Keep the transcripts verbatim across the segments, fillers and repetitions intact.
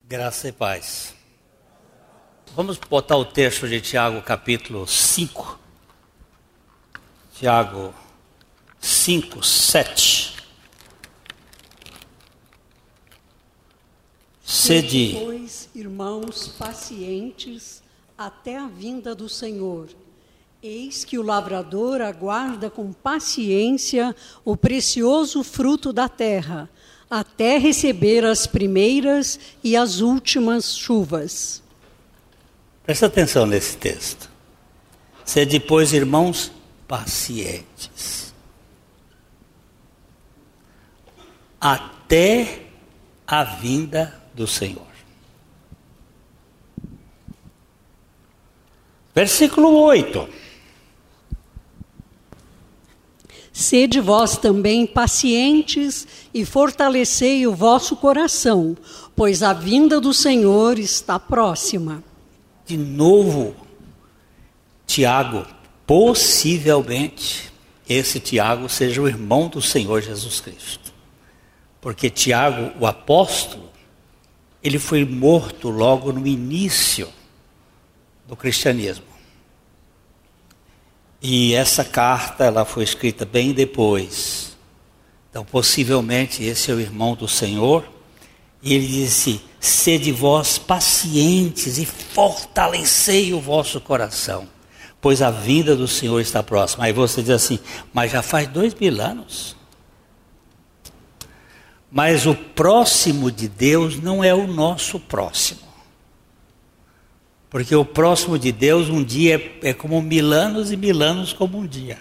Graça e paz. Vamos botar o texto de Tiago capítulo cinco. Tiago cinco, sete. Sede, pois, irmãos, pacientes até a vinda do Senhor. Eis que o lavrador aguarda com paciência o precioso fruto da terra, até receber as primeiras e as últimas chuvas. Presta atenção nesse texto. Sede, pois, irmãos, pacientes. Até a vinda do Senhor. Versículo oito. Sede vós também pacientes e fortalecei o vosso coração, pois a vinda do Senhor está próxima. De novo, Tiago, possivelmente, esse Tiago seja o irmão do Senhor Jesus Cristo. Porque Tiago, o apóstolo, ele foi morto logo no início do cristianismo. E essa carta, ela foi escrita bem depois. Então, possivelmente, esse é o irmão do Senhor. E ele disse, sede vós pacientes e fortalecei o vosso coração, pois a vinda do Senhor está próxima. Aí você diz assim, mas já faz dois mil anos. Mas o próximo de Deus não é o nosso próximo. Porque o próximo de Deus um dia é, é como mil anos e mil anos como um dia.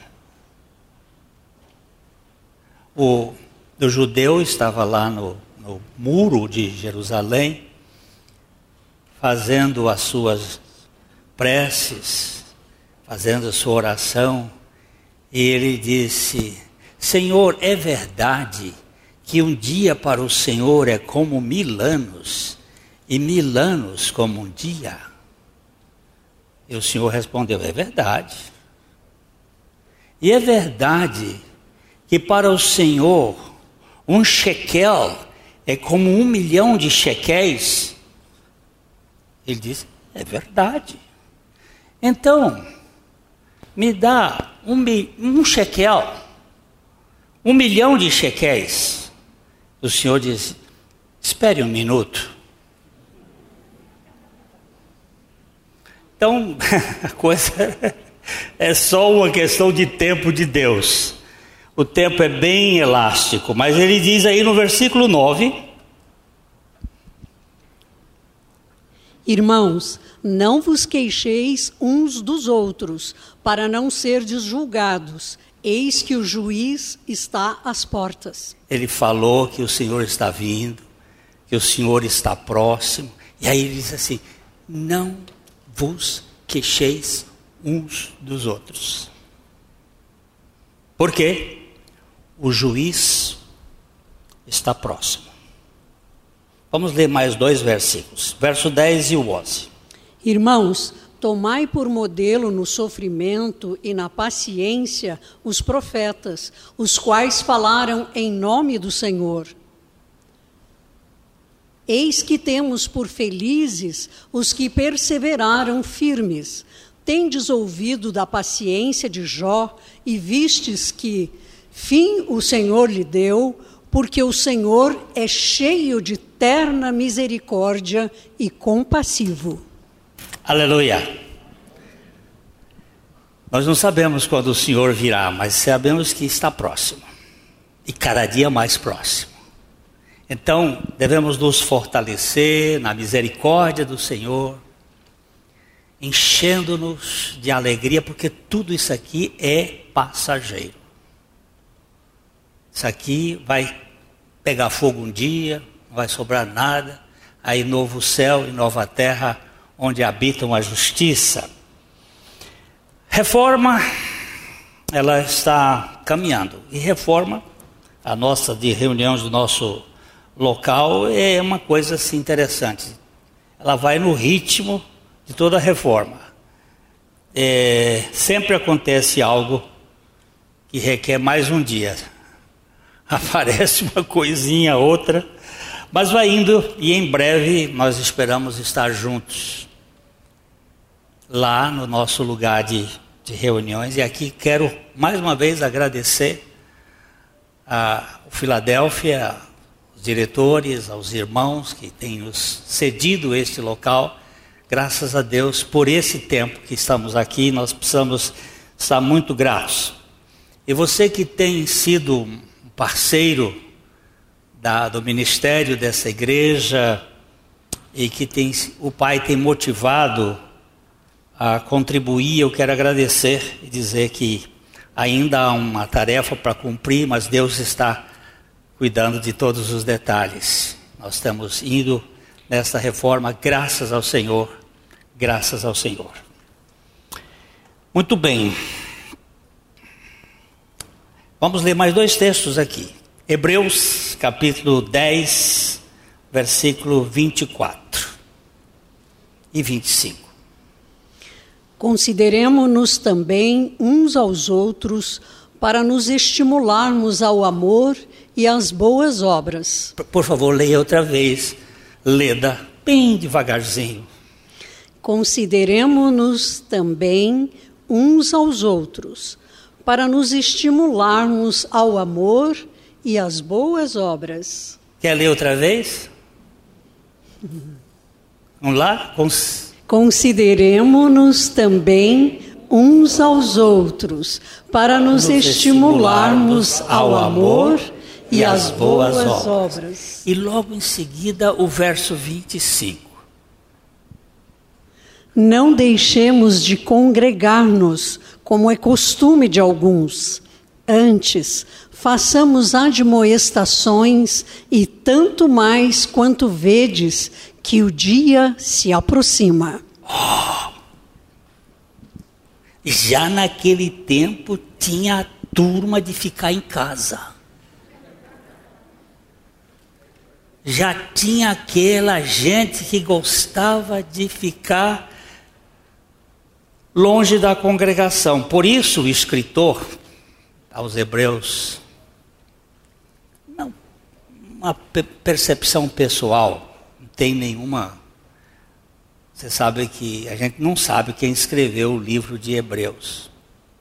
O, o judeu estava lá no, no muro de Jerusalém, fazendo as suas preces, fazendo a sua oração, e ele disse, Senhor, é verdade que um dia para o Senhor é como mil anos, e mil anos como um dia? E o Senhor respondeu, é verdade. E é verdade que para o Senhor um shekel é como um milhão de shekéis? Ele disse, é verdade. Então, me dá um, um shekel, um milhão de shekéis. O Senhor disse, espere um minuto. Então, a coisa é só uma questão de tempo de Deus. O tempo é bem elástico, mas ele diz aí no versículo nove. Irmãos, não vos queixeis uns dos outros, para não serdes julgados. Eis que o juiz está às portas. Ele falou que o Senhor está vindo, que o Senhor está próximo. E aí ele diz assim, não vos queixeis uns dos outros. Por quê? O juiz está próximo. Vamos ler mais dois versículos, verso dez e o onze. Irmãos, tomai por modelo no sofrimento e na paciência os profetas, os quais falaram em nome do Senhor. Eis que temos por felizes os que perseveraram firmes. Tendes ouvido da paciência de Jó e vistes que fim o Senhor lhe deu, porque o Senhor é cheio de terna misericórdia e compassivo. Aleluia. Nós não sabemos quando o Senhor virá, mas sabemos que está próximo. E cada dia mais próximo. Então, devemos nos fortalecer na misericórdia do Senhor, enchendo-nos de alegria, porque tudo isso aqui é passageiro. Isso aqui vai pegar fogo um dia, não vai sobrar nada, aí novo céu e nova terra, onde habitam a justiça. Reforma, ela está caminhando, e reforma, a nossa de reuniões do nosso local é uma coisa assim interessante. Ela vai no ritmo de toda a reforma. É, sempre acontece algo que requer mais um dia. Aparece uma coisinha, outra, Mas vai indo e em breve nós esperamos estar juntos lá no nosso lugar de, de reuniões. E aqui quero mais uma vez agradecer a Filadélfia, os diretores, aos irmãos que têm nos cedido este local. Graças a Deus por esse tempo que estamos aqui, nós precisamos estar muito gratos. E você que tem sido um parceiro da, do ministério dessa igreja e que tem, o Pai tem motivado a contribuir, eu quero agradecer e dizer que ainda há uma tarefa para cumprir, mas Deus está cuidando de todos os detalhes. Nós estamos indo nessa reforma graças ao Senhor, graças ao Senhor. Muito bem. Vamos ler mais dois textos aqui. Hebreus capítulo dez, versículo vinte e quatro e vinte e cinco. Consideremo-nos também uns aos outros para nos estimularmos ao amor e às boas obras. Por favor, leia outra vez. Leda bem devagarzinho. Consideremo-nos também uns aos outros para nos estimularmos ao amor e às boas obras. Quer ler outra vez? Vamos lá? Cons... Consideremo-nos também uns aos outros, para nos, nos estimularmos ao amor e às boas, boas obras. obras. E logo em seguida o verso vinte e cinco. Não deixemos de congregar-nos, como é costume de alguns. Antes, façamos admoestações, e tanto mais quanto vedes que o dia se aproxima. Oh, já naquele tempo tinha a turma de ficar em casa. Já tinha aquela gente que gostava de ficar longe da congregação. Por isso o escritor aos Hebreus, não, uma percepção pessoal, não tem nenhuma. Você sabe que a gente não sabe quem escreveu o livro de Hebreus.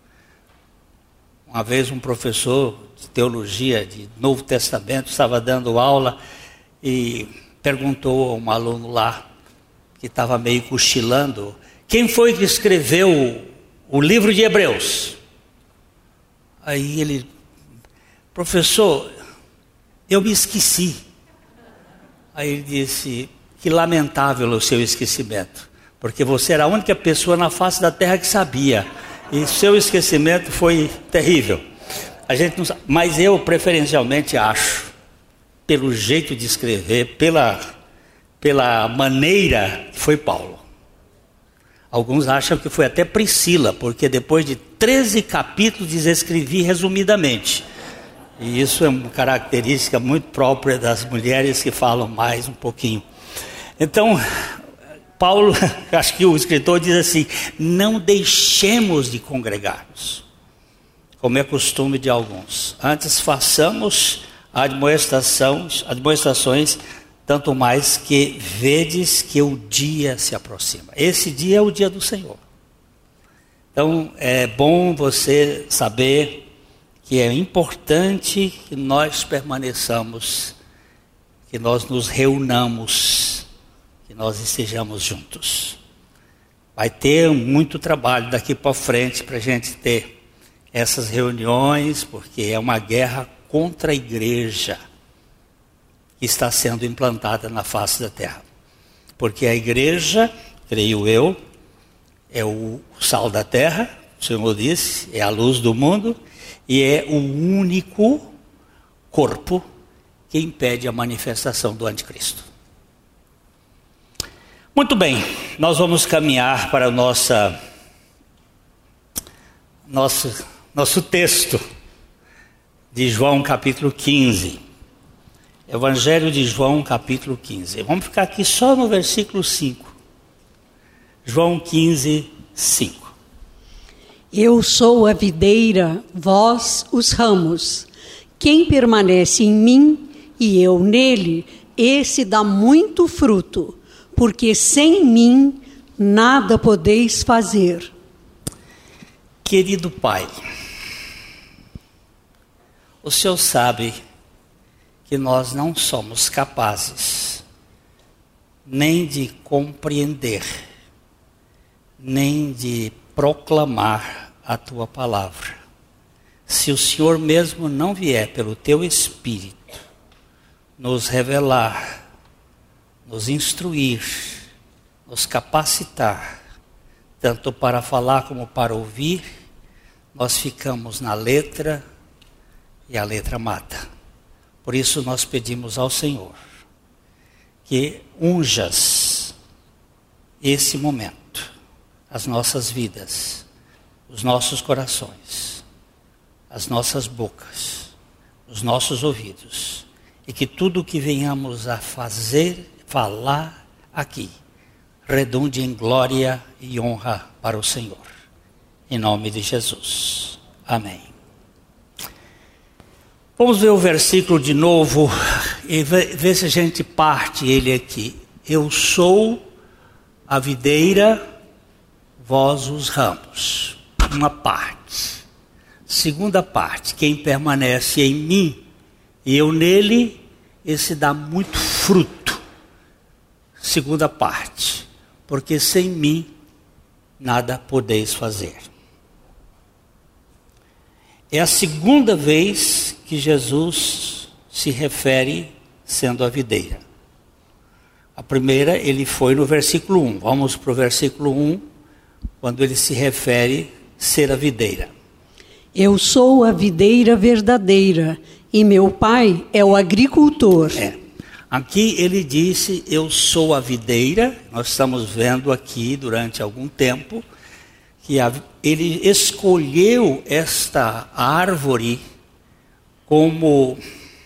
Uma vez um professor de teologia de Novo Testamento estava dando aula e perguntou a um aluno lá, que estava meio cochilando, quem foi que escreveu o livro de Hebreus? Aí ele, professor, eu me esqueci. Aí ele disse, que lamentável o seu esquecimento, porque você era a única pessoa na face da terra que sabia, e seu esquecimento foi terrível. A gente não sabe, mas eu preferencialmente acho, pelo jeito de escrever, pela, pela maneira que foi Paulo. Alguns acham que foi até Priscila, porque depois de treze capítulos diz, escrevi resumidamente. E isso é uma característica muito própria das mulheres que falam mais um pouquinho. Então, Paulo, acho que o escritor diz assim, não deixemos de congregar-nos, como é costume de alguns. Antes façamos admoestações, admoestações, tanto mais que vedes que o dia se aproxima. Esse dia é o dia do Senhor. Então, é bom você saber que é importante que nós permaneçamos, que nós nos reunamos, que nós estejamos juntos. Vai ter muito trabalho daqui para frente para a gente ter essas reuniões, porque é uma guerra contra a igreja que está sendo implantada na face da terra. Porque a igreja, creio eu, é o sal da terra, o Senhor disse, é a luz do mundo, e é o único corpo que impede a manifestação do anticristo. Muito bem, nós vamos caminhar para o nossa, nosso, nosso texto de João capítulo quinze. Evangelho de João capítulo quinze. Vamos ficar aqui só no versículo cinco. João quinze, cinco. Eu sou a videira, vós os ramos. Quem permanece em mim e eu nele, esse dá muito fruto, porque sem mim nada podeis fazer. Querido Pai, o Senhor sabe que nós não somos capazes nem de compreender, nem de proclamar a Tua palavra. Se o Senhor mesmo não vier pelo Teu Espírito nos revelar, nos instruir, nos capacitar, tanto para falar como para ouvir, nós ficamos na letra e a letra mata. Por isso nós pedimos ao Senhor que unjas esse momento, as nossas vidas, os nossos corações, as nossas bocas, os nossos ouvidos, e que tudo o que venhamos a fazer, falar aqui, redunde em glória e honra para o Senhor. Em nome de Jesus. Amém. Vamos ver o versículo de novo e ver se a gente parte ele aqui. Eu sou a videira, vós os ramos. Uma parte. Segunda parte, quem permanece em mim e eu nele, esse dá muito fruto. Segunda parte, porque sem mim nada podeis fazer. É a segunda vez que Jesus se refere sendo a videira. A primeira, ele foi no versículo um. Vamos para o versículo um, quando ele se refere ser a videira. Eu sou a videira verdadeira, e meu pai é o agricultor. É. Aqui ele disse, eu sou a videira. Nós estamos vendo aqui durante algum tempo que a, ele escolheu esta árvore como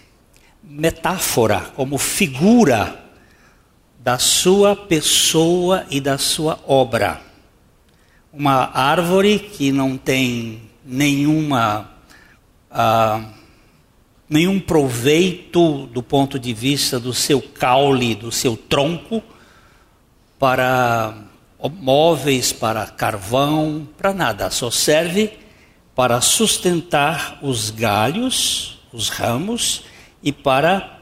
metáfora, como figura da sua pessoa e da sua obra. Uma árvore que não tem nenhuma, ah, nenhum proveito do ponto de vista do seu caule, do seu tronco, para móveis, para carvão, para nada. Só serve para sustentar os galhos, os ramos, e para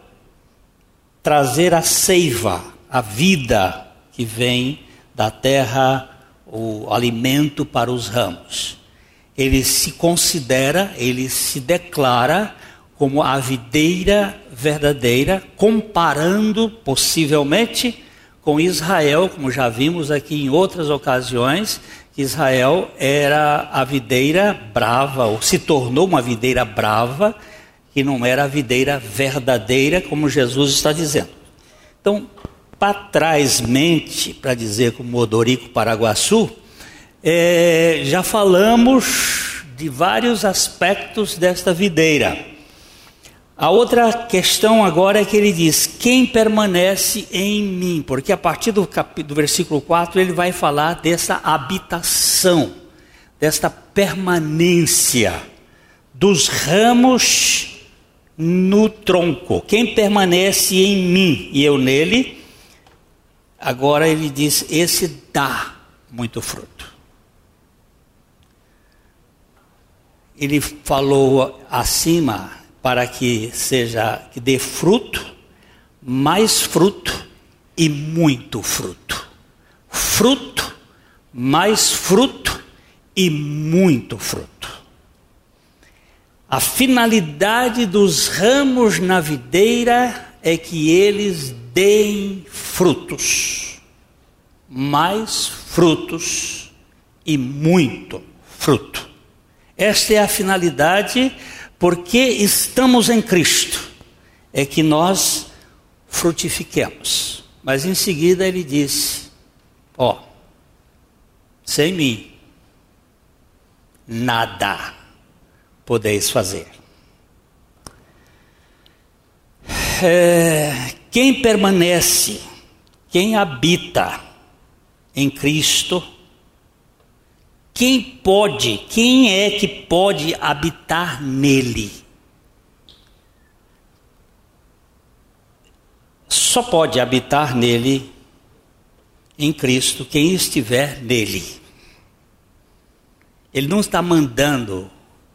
trazer a seiva, a vida que vem da terra, o alimento para os ramos. Ele se considera, ele se declara como a videira verdadeira, comparando possivelmente com Israel, como já vimos aqui em outras ocasiões, que Israel era a videira brava, ou se tornou uma videira brava, que não era a videira verdadeira, como Jesus está dizendo. Então, para trás mente, para dizer como Odorico Paraguaçu, é, já falamos de vários aspectos desta videira. A outra questão agora é que ele diz, quem permanece em mim? Porque a partir do, cap... do versículo quatro ele vai falar dessa habitação, desta permanência dos ramos no tronco. Quem permanece em mim e eu nele, agora ele diz, esse dá muito fruto. Ele falou acima para que seja, que dê fruto, mais fruto e muito fruto. Fruto, mais fruto e muito fruto. A finalidade dos ramos na videira é que eles deem frutos, mais frutos e muito fruto. Esta é a finalidade, porque estamos em Cristo, é que nós frutifiquemos. Mas em seguida ele disse, ó, sem mim, nada podeis fazer. É, quem permanece, quem habita em Cristo, quem pode, quem é que pode habitar nele? Só pode habitar nele, em Cristo, quem estiver nele. Ele não está mandando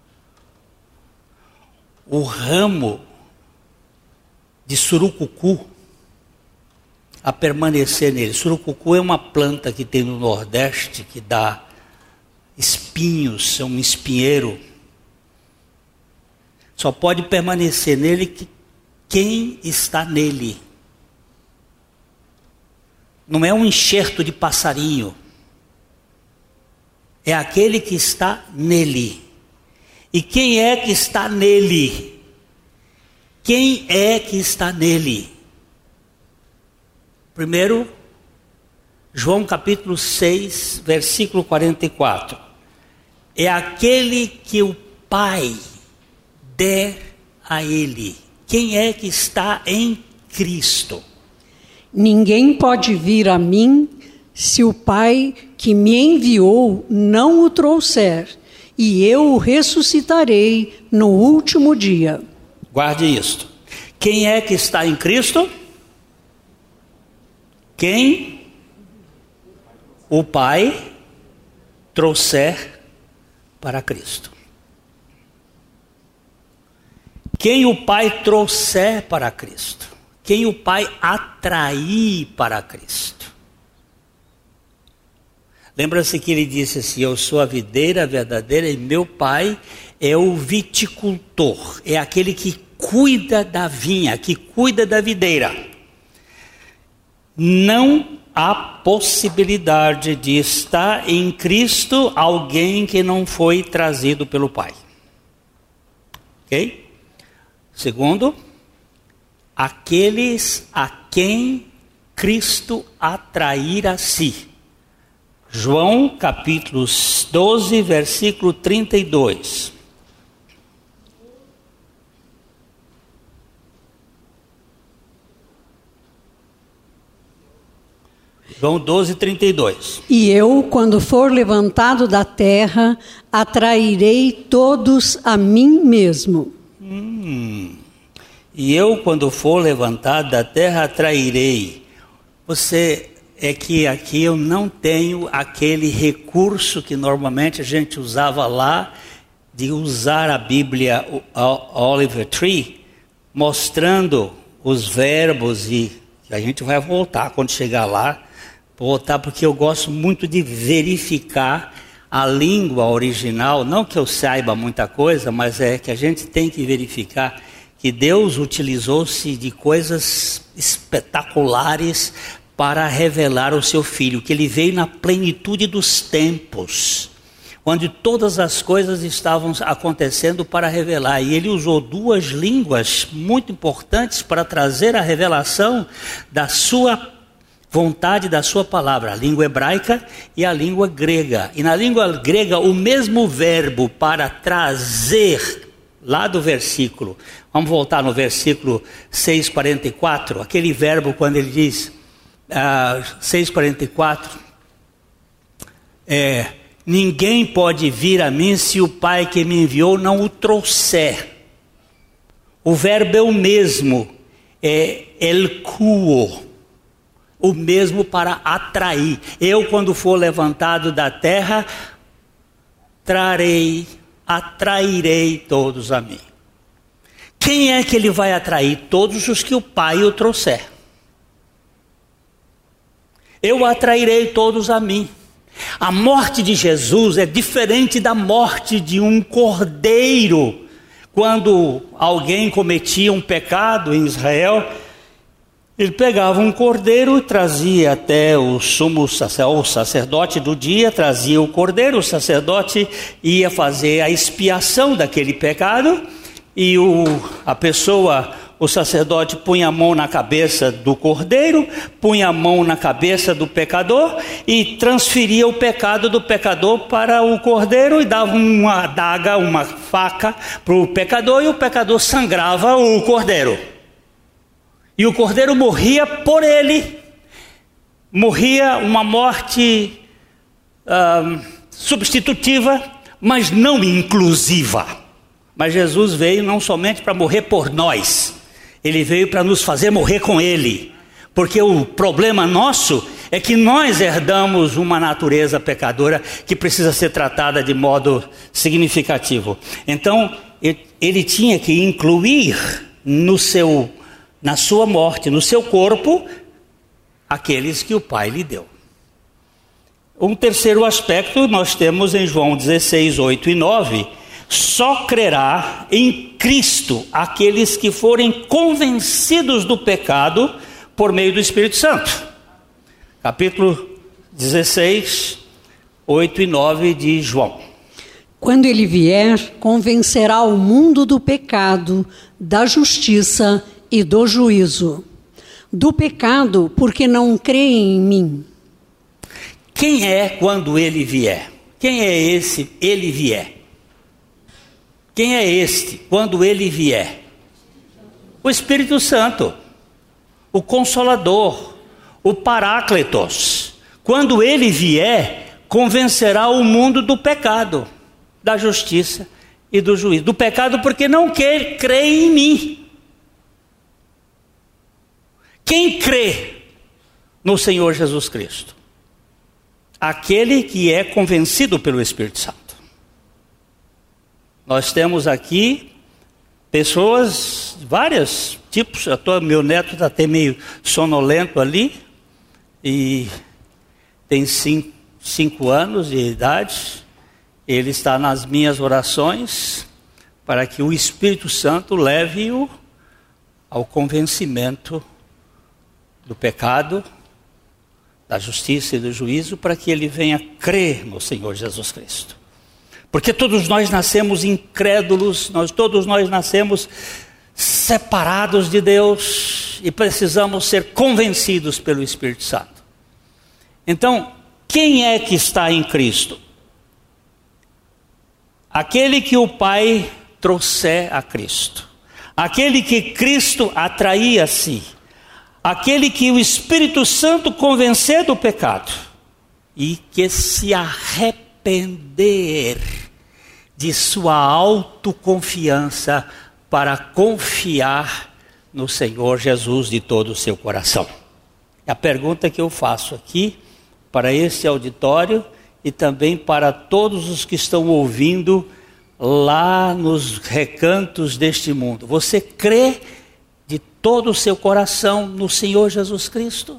o ramo de surucucu a permanecer nele. Surucucu é uma planta que tem no Nordeste que dá espinhos, é um espinheiro. Só pode permanecer nele que quem está nele. Não é um enxerto de passarinho. É aquele que está nele. E quem é que está nele? Quem é que está nele? Primeiro, João capítulo seis, versículo quarenta e quatro. É aquele que o Pai der a ele. Quem é que está em Cristo? Ninguém pode vir a mim se o Pai que me enviou não o trouxer, e eu o ressuscitarei no último dia. Guarde isto. Quem é que está em Cristo? Quem o Pai trouxer para Cristo. Quem o Pai trouxer para Cristo. Quem o Pai atrair para Cristo. Lembra-se que ele disse assim: eu sou a videira verdadeira e meu Pai é o viticultor. É aquele que cuida da vinha, que cuida da videira. Não há possibilidade de estar em Cristo alguém que não foi trazido pelo Pai. Ok? Segundo, aqueles a quem Cristo atrair a si. João capítulo doze, versículo trinta e dois. João doze, trinta e dois. E eu, quando for levantado da terra, atrairei todos a mim mesmo. Hum. E eu, quando for levantado da terra, atrairei. Você é que aqui eu não tenho aquele recurso que normalmente a gente usava lá, de usar a Bíblia Oliver Tree, mostrando os verbos, e a gente vai voltar quando chegar lá, voltar porque eu gosto muito de verificar a língua original, não que eu saiba muita coisa, mas é que a gente tem que verificar que Deus utilizou-se de coisas espetaculares para revelar o seu Filho, que ele veio na plenitude dos tempos, onde todas as coisas estavam acontecendo para revelar, e ele usou duas línguas muito importantes para trazer a revelação da sua vontade, da sua palavra, a língua hebraica e a língua grega. E na língua grega, o mesmo verbo para trazer, lá do versículo, vamos voltar no versículo seis, quarenta e quatro, aquele verbo quando ele diz, uh, seis, quarenta e quatro, é, ninguém pode vir a mim se o Pai que me enviou não o trouxer. O verbo é o mesmo, é elkuo, o mesmo para atrair. Eu, quando for levantado da terra, trarei, atrairei todos a mim. Quem é que ele vai atrair? Todos os que o Pai o trouxer. Eu atrairei todos a mim. A morte de Jesus é diferente da morte de um cordeiro. Quando alguém cometia um pecado em Israel, ele pegava um cordeiro e trazia até o sumo sacerdote, o sacerdote do dia, trazia o cordeiro, o sacerdote ia fazer a expiação daquele pecado, e o, a pessoa, o sacerdote punha a mão na cabeça do cordeiro, punha a mão na cabeça do pecador e transferia o pecado do pecador para o cordeiro e dava uma adaga, uma faca para o pecador, e o pecador sangrava o cordeiro. E o cordeiro morria por ele, morria uma morte uh, substitutiva, mas não inclusiva. Mas Jesus veio não somente para morrer por nós, ele veio para nos fazer morrer com ele. Porque o problema nosso é que nós herdamos uma natureza pecadora que precisa ser tratada de modo significativo. Então, ele tinha que incluir no seu, na sua morte, no seu corpo, aqueles que o Pai lhe deu. Um terceiro aspecto nós temos em João dezesseis, oito e nove. Só crerá em Cristo aqueles que forem convencidos do pecado por meio do Espírito Santo. Capítulo dezesseis, oito e nove de João. Quando ele vier, convencerá o mundo do pecado, da justiça e do juízo. Do pecado, porque não creem em mim. Quem é quando ele vier? Quem é esse ele vier? Quem é este quando ele vier? O Espírito Santo, o Consolador, o Paráclitos. Quando ele vier, convencerá o mundo do pecado, da justiça e do juízo. Do pecado porque não quer crer em mim. Quem crê no Senhor Jesus Cristo? Aquele que é convencido pelo Espírito Santo. Nós temos aqui pessoas de vários tipos. Eu tô, meu neto está até meio sonolento ali. E tem cinco, cinco anos de idade. Ele está nas minhas orações para que o Espírito Santo leve-o ao convencimento do pecado, da justiça e do juízo, para que ele venha crer no Senhor Jesus Cristo. Porque todos nós nascemos incrédulos, nós, todos nós nascemos separados de Deus e precisamos ser convencidos pelo Espírito Santo. Então, quem é que está em Cristo? Aquele que o Pai trouxer a Cristo, aquele que Cristo atrair a si, aquele que o Espírito Santo convencer do pecado e que se arrepender de sua autoconfiança para confiar no Senhor Jesus de todo o seu coração. A pergunta que eu faço aqui para esse auditório e também para todos os que estão ouvindo lá nos recantos deste mundo: você crê de todo o seu coração no Senhor Jesus Cristo?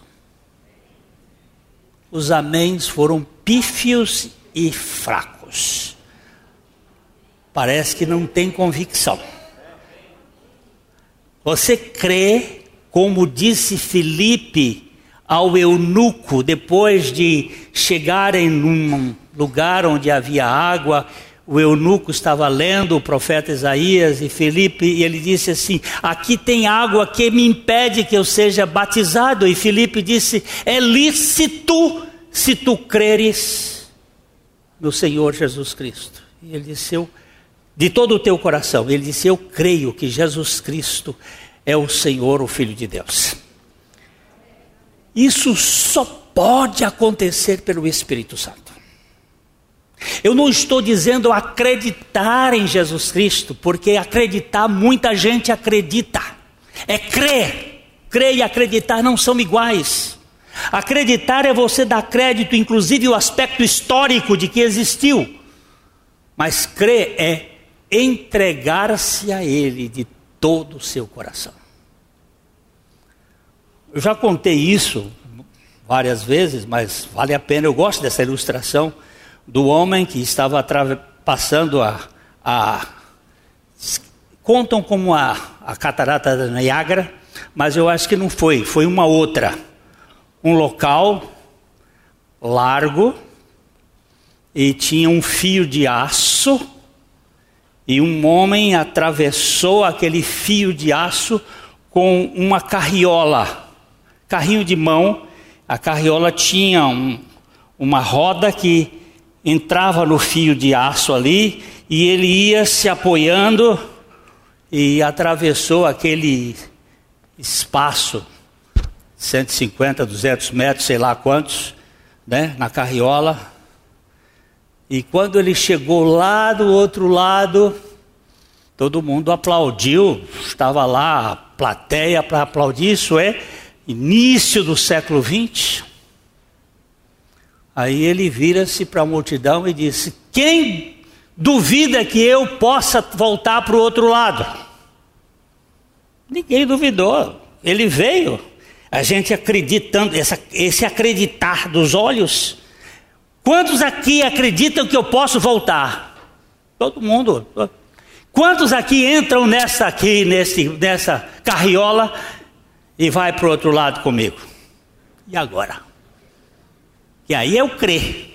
Os améns foram pífios e fracos. Parece que não tem convicção. Você crê, como disse Filipe ao eunuco, depois de chegarem num lugar onde havia água, o eunuco estava lendo o profeta Isaías e Filipe, e ele disse assim: aqui tem água que me impede que eu seja batizado. E Filipe disse: é lícito se tu creres no Senhor Jesus Cristo. E ele disse: eu, de todo o teu coração, ele disse: eu creio que Jesus Cristo é o Senhor, o Filho de Deus. Isso só pode acontecer pelo Espírito Santo. Eu não estou dizendo acreditar em Jesus Cristo, porque acreditar, muita gente acredita. É crer. Crer e acreditar não são iguais. Acreditar é você dar crédito, inclusive o aspecto histórico de que existiu. Mas crer é entregar-se a Ele de todo o seu coração. Eu já contei isso várias vezes, mas vale a pena. Eu gosto dessa ilustração do homem que estava passando a, a... Contam como a, a catarata da Niágara, mas eu acho que não foi, foi uma outra. Um local largo e tinha um fio de aço, e um homem atravessou aquele fio de aço com uma carriola, carrinho de mão. A carriola tinha um, uma roda que entrava no fio de aço ali, e ele ia se apoiando e atravessou aquele espaço, cento e cinquenta, duzentos metros, sei lá quantos, né, na carriola. E quando ele chegou lá do outro lado, todo mundo aplaudiu, estava lá a plateia para aplaudir, isso é, início do século vinte. Aí ele vira-se para a multidão e disse: quem duvida que eu possa voltar para o outro lado? Ninguém duvidou. Ele veio. A gente acreditando, essa, esse acreditar dos olhos. Quantos aqui acreditam que eu posso voltar? Todo mundo. Quantos aqui entram nessa aqui, nesse, nessa carriola e vai para o outro lado comigo? E agora? E aí eu creio.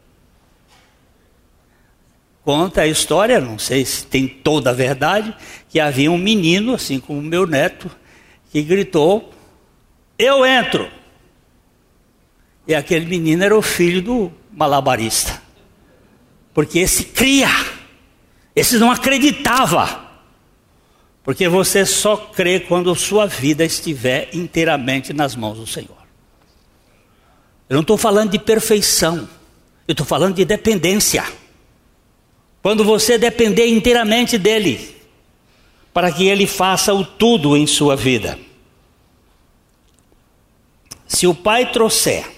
Conta a história, não sei se tem toda a verdade, que havia um menino, assim como o meu neto, que gritou: eu entro. E aquele menino era o filho do malabarista. Porque esse cria, esse não acreditava. Porque você só crê quando sua vida estiver inteiramente nas mãos do Senhor. Eu não estou falando de perfeição, eu estou falando de dependência. Quando você depender inteiramente dEle, para que Ele faça o tudo em sua vida. Se o Pai trouxer,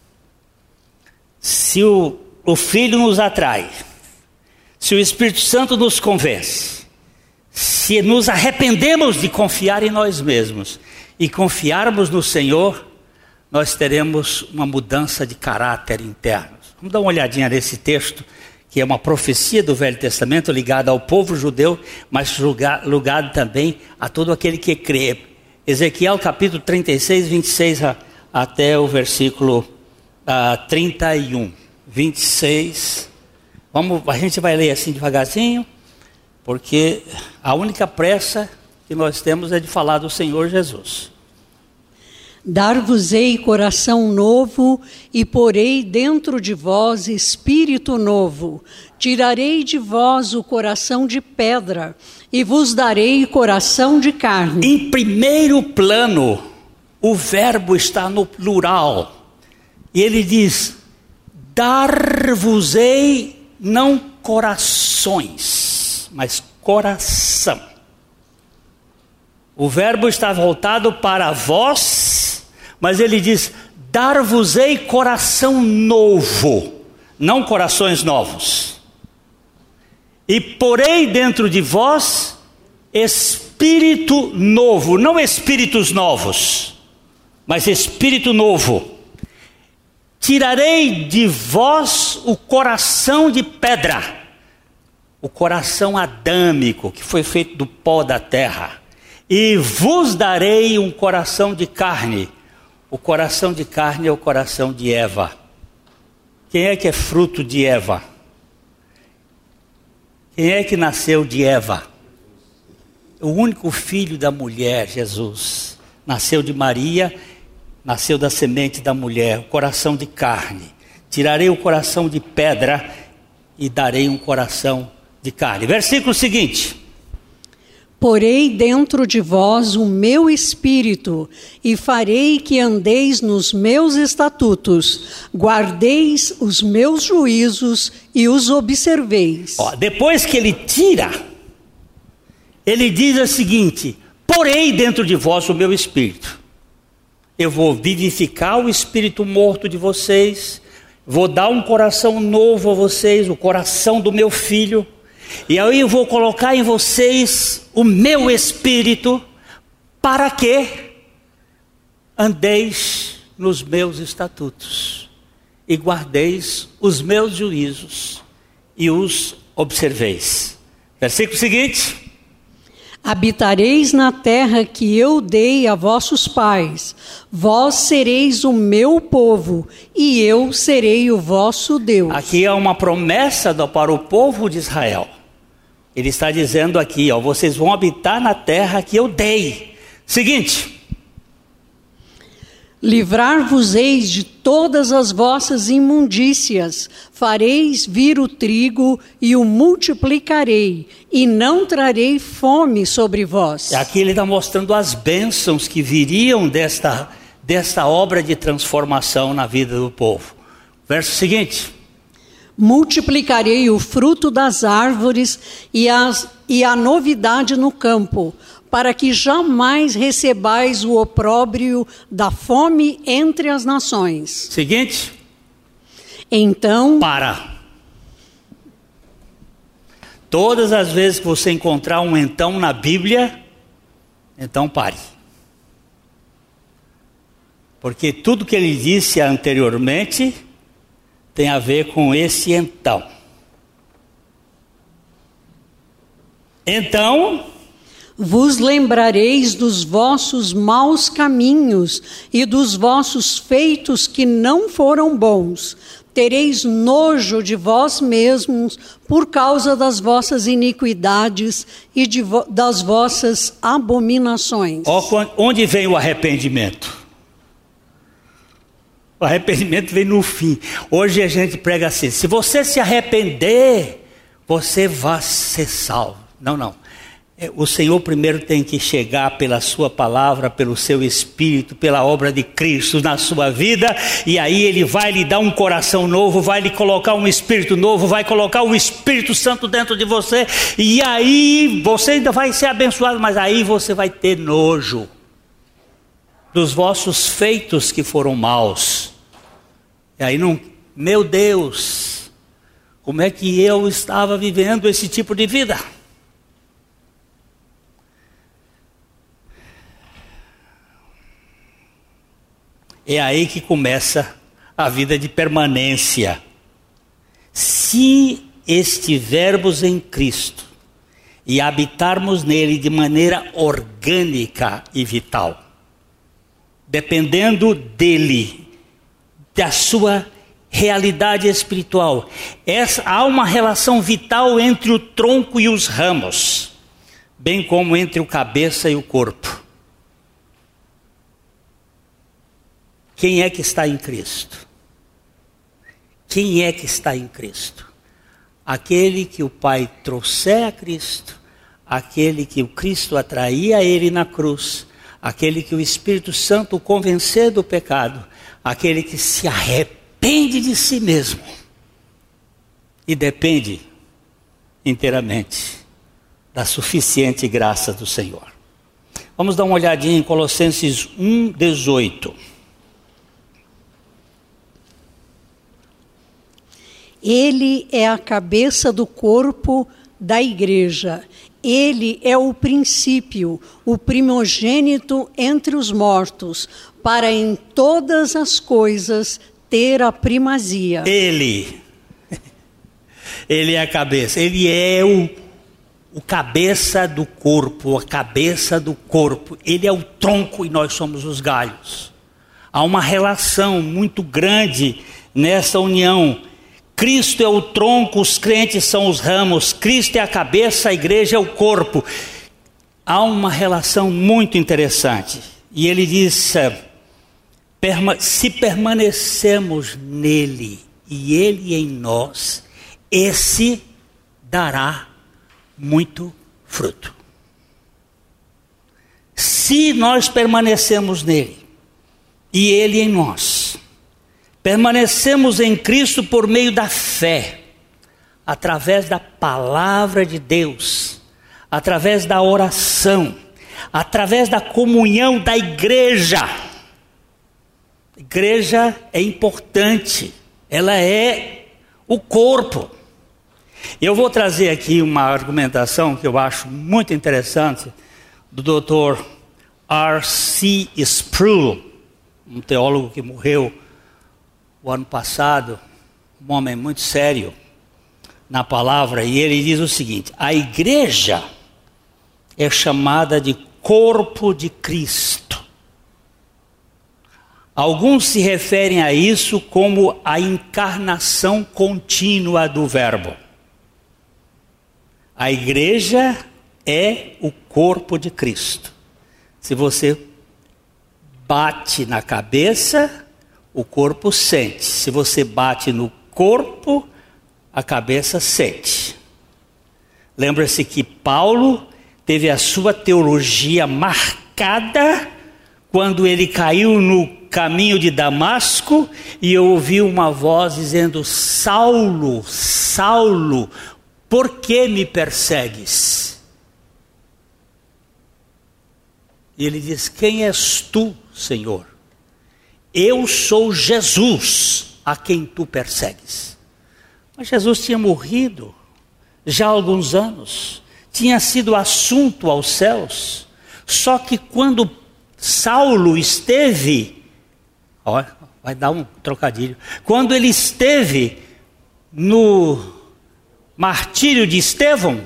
se o, o Filho nos atrai, se o Espírito Santo nos convence, se nos arrependemos de confiar em nós mesmos e confiarmos no Senhor, nós teremos uma mudança de caráter interno. Vamos dar uma olhadinha nesse texto, que é uma profecia do Velho Testamento ligada ao povo judeu, mas ligado também a todo aquele que crê. Ezequiel capítulo trinta e seis, vinte e seis a, até o versículo uh, trinta e um. vinte e seis. Vamos, a gente vai ler assim devagarzinho, porque a única pressa que nós temos é de falar do Senhor Jesus. Dar-vos-ei coração novo e porei dentro de vós espírito novo. Tirarei de vós o coração de pedra e vos darei coração de carne. Em primeiro plano, o verbo está no plural. E ele diz: dar-vos-ei não corações, mas coração. O verbo está voltado para vós, mas ele diz: dar-vos-ei coração novo, não corações novos. E porei dentro de vós espírito novo, não espíritos novos, mas espírito novo. Tirarei de vós o coração de pedra, o coração adâmico, que foi feito do pó da terra, e vos darei um coração de carne. O coração de carne é o coração de Eva. Quem é que é fruto de Eva? Quem é que nasceu de Eva? O único filho da mulher, Jesus. Nasceu de Maria, nasceu da semente da mulher, o coração de carne. Tirarei o coração de pedra e darei um coração de carne. Versículo seguinte: porei dentro de vós o meu espírito, e farei que andeis nos meus estatutos, guardeis os meus juízos e os observeis. Ó, depois que ele tira, ele diz o seguinte: porei dentro de vós o meu espírito. Eu vou vivificar o espírito morto de vocês, vou dar um coração novo a vocês, o coração do meu filho. E aí eu vou colocar em vocês o meu espírito, para que andeis nos meus estatutos e guardeis os meus juízos e os observeis. Versículo seguinte: habitareis na terra que eu dei a vossos pais, vós sereis o meu povo, e eu serei o vosso Deus. Aqui é uma promessa para o povo de Israel. Ele está dizendo aqui, ó, vocês vão habitar na terra que eu dei. Seguinte: livrar-vos-eis de todas as vossas imundícias, fareis vir o trigo e o multiplicarei, e não trarei fome sobre vós. Aqui ele está mostrando as bênçãos que viriam desta, desta obra de transformação na vida do povo. Verso seguinte: multiplicarei o fruto das árvores e, as, e a novidade no campo, para que jamais recebais o opróbrio da fome entre as nações. Seguinte. Então, para. Todas as vezes que você encontrar um então na Bíblia, então pare. Porque tudo que ele disse anteriormente tem a ver com esse então. Então, vos lembrareis dos vossos maus caminhos e dos vossos feitos que não foram bons. Tereis nojo de vós mesmos por causa das vossas iniquidades e de vo- das vossas abominações. ó, onde vem o arrependimento? O arrependimento vem no fim. Hoje a gente prega assim: se você se arrepender, você vai ser salvo. Não, não. O Senhor primeiro tem que chegar pela sua palavra, pelo seu Espírito, pela obra de Cristo na sua vida, e aí Ele vai lhe dar um coração novo, vai lhe colocar um Espírito novo, vai colocar o Espírito Santo dentro de você, e aí você ainda vai ser abençoado, mas aí você vai ter nojo dos vossos feitos que foram maus. E aí não, meu Deus, como é que eu estava vivendo esse tipo de vida? É aí que começa a vida de permanência. Se estivermos em Cristo e habitarmos nele de maneira orgânica e vital, dependendo dele, da sua realidade espiritual, essa, há uma relação vital entre o tronco e os ramos, bem como entre o cabeça e o corpo. Quem é que está em Cristo? Quem é que está em Cristo? Aquele que o Pai trouxe a Cristo, aquele que o Cristo atraía a ele na cruz, aquele que o Espírito Santo o convencer do pecado, aquele que se arrepende de si mesmo e depende inteiramente da suficiente graça do Senhor. Vamos dar uma olhadinha em Colossenses um, dezoito. Ele é a cabeça do corpo da igreja. Ele é o princípio, o primogênito entre os mortos, para em todas as coisas ter a primazia. Ele, ele é a cabeça, ele é o, o cabeça do corpo, a cabeça do corpo. Ele é o tronco e nós somos os galhos. Há uma relação muito grande nessa união. Cristo é o tronco, os crentes são os ramos. Cristo é a cabeça, a igreja é o corpo. Há uma relação muito interessante. E ele diz: se permanecemos nele e ele em nós, esse dará muito fruto. Se nós permanecemos nele e ele em nós, permanecemos em Cristo por meio da fé, através da palavra de Deus, através da oração, através da comunhão da igreja. A igreja é importante, ela é o corpo. Eu vou trazer aqui uma argumentação que eu acho muito interessante, do doutor R C Sproul, um teólogo que morreu o ano passado, um homem muito sério na palavra, e ele diz o seguinte: a igreja é chamada de corpo de Cristo. Alguns se referem a isso como a encarnação contínua do Verbo. A igreja é o corpo de Cristo. Se você bate na cabeça, o corpo sente. Se você bate no corpo, a cabeça sente. Lembra-se que Paulo teve a sua teologia marcada quando ele caiu no caminho de Damasco e ouviu uma voz dizendo: Saulo, Saulo, por que me persegues? E ele diz: quem és tu, Senhor? Eu sou Jesus, a quem tu persegues. Mas Jesus tinha morrido já há alguns anos, tinha sido assunto aos céus. Só que quando Saulo esteve, ó, vai dar um trocadilho, quando ele esteve no martírio de Estevão,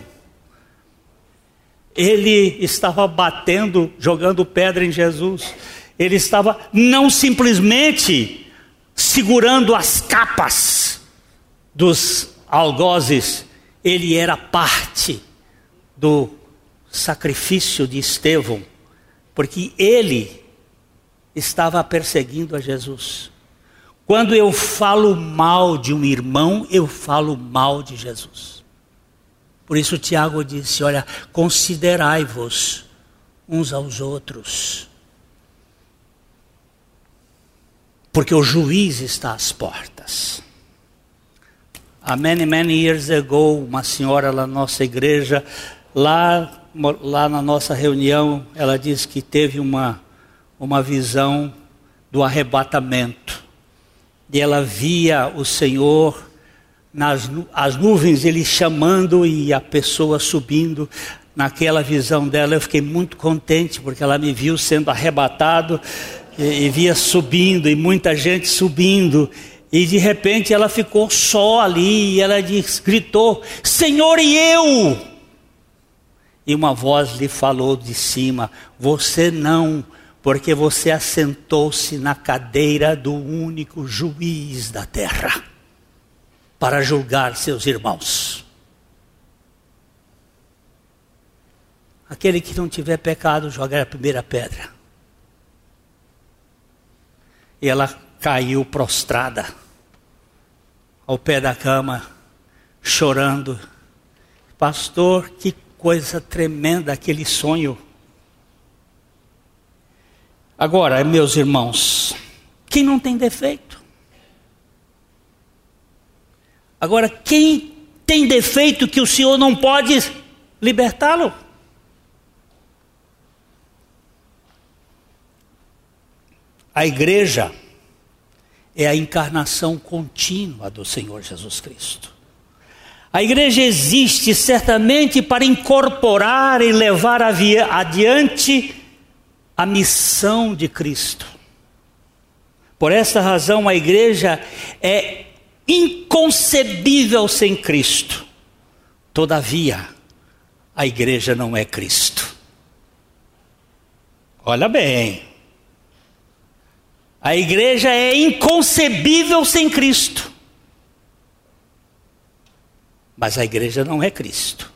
ele estava batendo, jogando pedra em Jesus. Ele estava não simplesmente segurando as capas dos algozes, ele era parte do sacrifício de Estevão, porque ele estava perseguindo a Jesus. Quando eu falo mal de um irmão, eu falo mal de Jesus. Por isso Tiago disse: olha, considerai-vos uns aos outros, porque o juiz está às portas. Há many, many years ago, uma senhora lá na nossa igreja, lá, lá na nossa reunião, ela disse que teve uma, uma visão do arrebatamento. E ela via o Senhor nas as nuvens, ele chamando e a pessoa subindo. Naquela visão dela eu fiquei muito contente, porque ela me viu sendo arrebatado e, e via subindo, e muita gente subindo. E de repente ela ficou só ali, e ela disse, gritou: Senhor, e eu? E uma voz lhe falou de cima: você não, porque você assentou-se na cadeira do único juiz da terra, para julgar seus irmãos. Aquele que não tiver pecado, jogar a primeira pedra. E ela caiu prostrada ao pé da cama, chorando. Pastor, que coisa tremenda aquele sonho. Agora, meus irmãos, quem não tem defeito? Agora, quem tem defeito que o Senhor não pode libertá-lo? A igreja é a encarnação contínua do Senhor Jesus Cristo. A igreja existe certamente para incorporar e levar adiante a missão de Cristo. Por esta razão, a igreja é inconcebível sem Cristo. Todavia, a igreja não é Cristo. Olha bem. A igreja é inconcebível sem Cristo. Mas a igreja não é Cristo.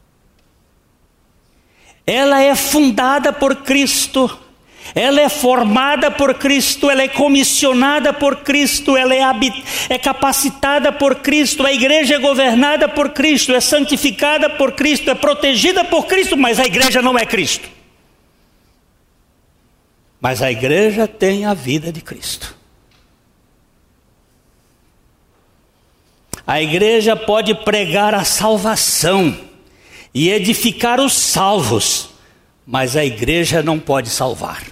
Ela é fundada por Cristo. Ela é formada por Cristo. Ela é comissionada por Cristo. Ela é, habit- é capacitada por Cristo. A igreja é governada por Cristo. É santificada por Cristo. É protegida por Cristo. Mas a igreja não é Cristo. Mas a igreja tem a vida de Cristo. A igreja pode pregar a salvação e edificar os salvos, mas a igreja não pode salvar.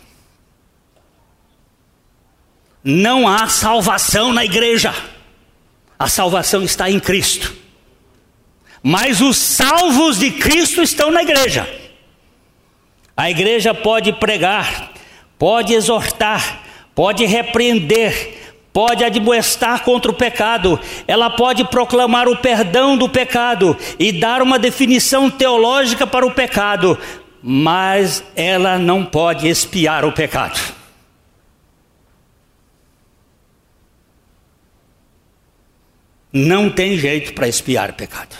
Não há salvação na igreja. A salvação está em Cristo. Mas os salvos de Cristo estão na igreja. A igreja pode pregar, pode exortar, pode repreender, pode admoestar contra o pecado. Ela pode proclamar o perdão do pecado e dar uma definição teológica para o pecado, mas ela não pode expiar o pecado. Não tem jeito para expiar o pecado.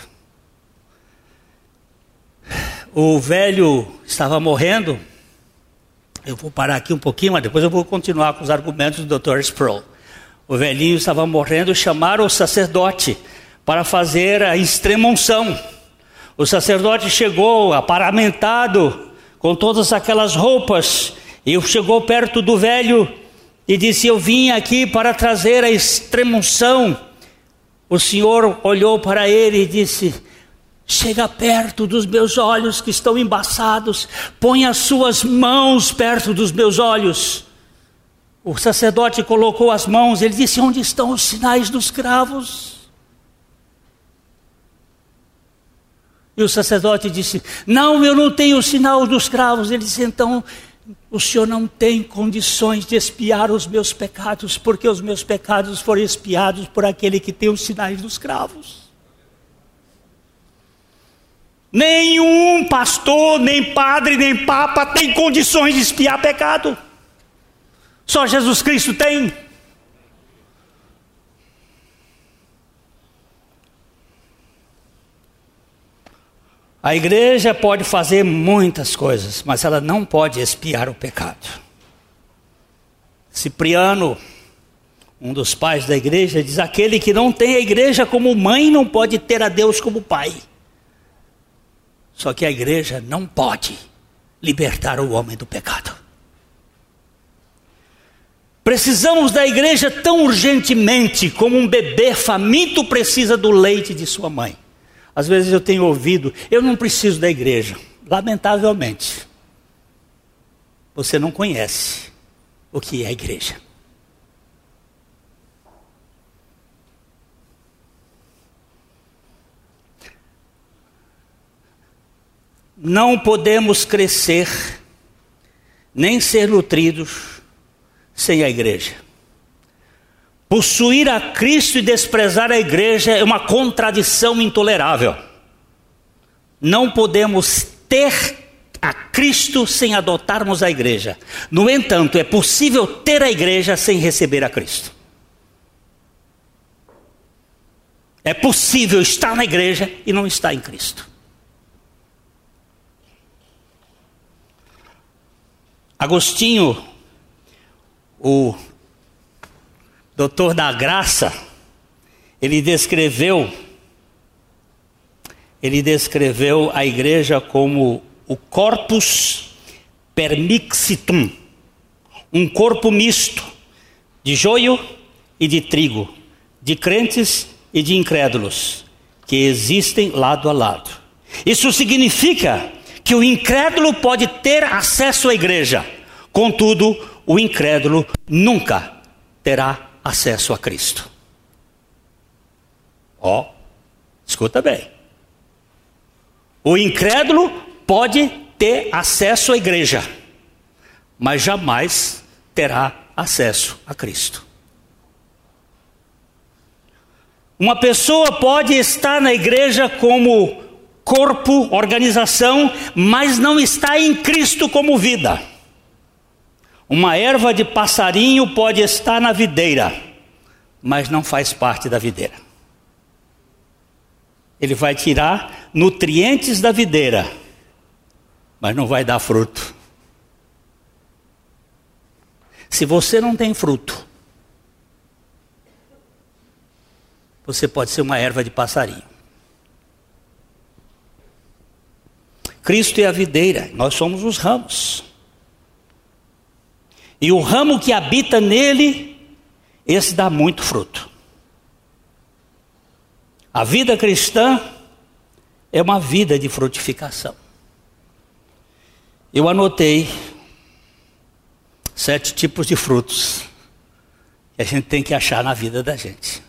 O velho estava morrendo. Eu vou parar aqui um pouquinho, mas depois eu vou continuar com os argumentos do doutor Sproul. O velhinho estava morrendo, chamaram o sacerdote para fazer a extrema-unção. O sacerdote chegou aparamentado, com todas aquelas roupas, e chegou perto do velho e disse: eu vim aqui para trazer a extrema-unção. O Senhor olhou para ele e disse: chega perto dos meus olhos que estão embaçados, põe as suas mãos perto dos meus olhos. O sacerdote colocou as mãos, ele disse: onde estão os sinais dos cravos? E o sacerdote disse: não, eu não tenho o sinal dos cravos. Ele disse: então, o senhor não tem condições de expiar os meus pecados, porque os meus pecados foram expiados por aquele que tem os sinais dos cravos. Nenhum pastor, nem padre, nem papa tem condições de expiar pecado. Só Jesus Cristo tem. A igreja pode fazer muitas coisas, mas ela não pode expiar o pecado. Cipriano, um dos pais da igreja, diz: aquele que não tem a igreja como mãe não pode ter a Deus como pai. Só que a igreja não pode libertar o homem do pecado. Precisamos da igreja tão urgentemente como um bebê faminto precisa do leite de sua mãe. Às vezes eu tenho ouvido: eu não preciso da igreja. Lamentavelmente, você não conhece o que é a igreja. Não podemos crescer, nem ser nutridos sem a igreja. Possuir a Cristo e desprezar a igreja é uma contradição intolerável. Não podemos ter a Cristo sem adotarmos a igreja. No entanto, é possível ter a igreja sem receber a Cristo. É possível estar na igreja e não estar em Cristo. Agostinho, o doutor da graça, ele descreveu, ele descreveu a igreja como o corpus permixitum, um corpo misto de joio e de trigo, de crentes e de incrédulos, que existem lado a lado. Isso significa que o incrédulo pode ter acesso à igreja, contudo, o incrédulo nunca terá acesso a Cristo. Ó, oh, escuta bem. O incrédulo pode ter acesso à igreja, mas jamais terá acesso a Cristo. Uma pessoa pode estar na igreja como corpo, organização, mas não está em Cristo como vida. Uma erva de passarinho pode estar na videira, mas não faz parte da videira. Ele vai tirar nutrientes da videira, mas não vai dar fruto. Se você não tem fruto, você pode ser uma erva de passarinho. Cristo é a videira, nós somos os ramos. E o ramo que habita nele, esse dá muito fruto. A vida cristã é uma vida de frutificação. Eu anotei sete tipos de frutos que a gente tem que achar na vida da gente.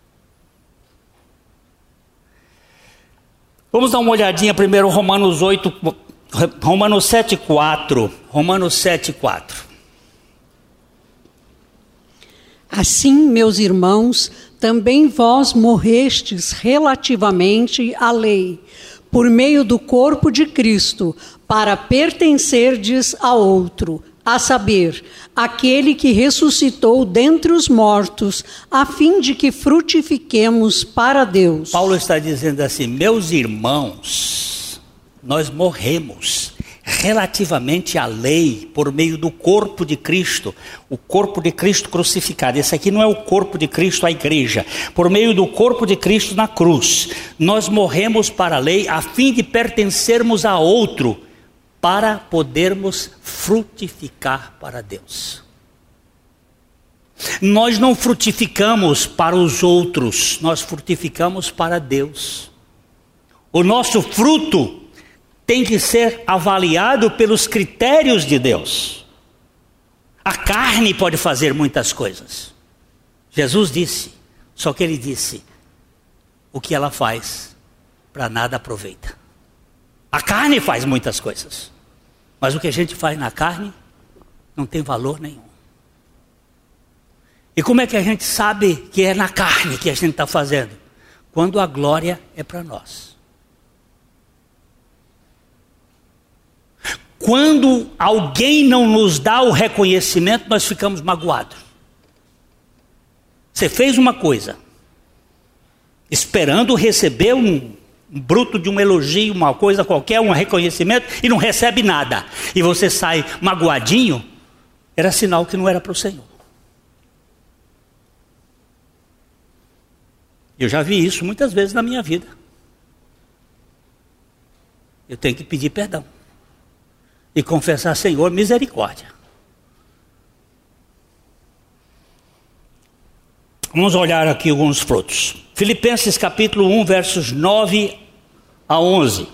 Vamos dar uma olhadinha primeiro Romanos oito, Romanos sete, quatro. Romanos sete, quatro. Assim, meus irmãos, também vós morrestes relativamente à lei, por meio do corpo de Cristo, para pertencerdes a outro, a saber, aquele que ressuscitou dentre os mortos, a fim de que frutifiquemos para Deus. Paulo está dizendo assim: meus irmãos, nós morremos relativamente à lei por meio do corpo de Cristo, o corpo de Cristo crucificado. Esse aqui não é o corpo de Cristo, a igreja. Por meio do corpo de Cristo na cruz, nós morremos para a lei a fim de pertencermos a outro, para podermos frutificar para Deus. Nós não frutificamos para os outros, nós frutificamos para Deus. O nosso fruto tem que ser avaliado pelos critérios de Deus. A carne pode fazer muitas coisas. Jesus disse, só que ele disse, o que ela faz para nada aproveita. A carne faz muitas coisas, mas o que a gente faz na carne não tem valor nenhum. E como é que a gente sabe que é na carne que a gente está fazendo? Quando a glória é para nós. Quando alguém não nos dá o reconhecimento, nós ficamos magoados. Você fez uma coisa, esperando receber um, um bruto de um elogio, uma coisa qualquer, um reconhecimento, e não recebe nada. E você sai magoadinho, era sinal que não era para o Senhor. Eu já vi isso muitas vezes na minha vida. Eu tenho que pedir perdão. E confessar, Senhor, misericórdia. Vamos olhar aqui alguns frutos. Filipenses capítulo um, versos nove a onze.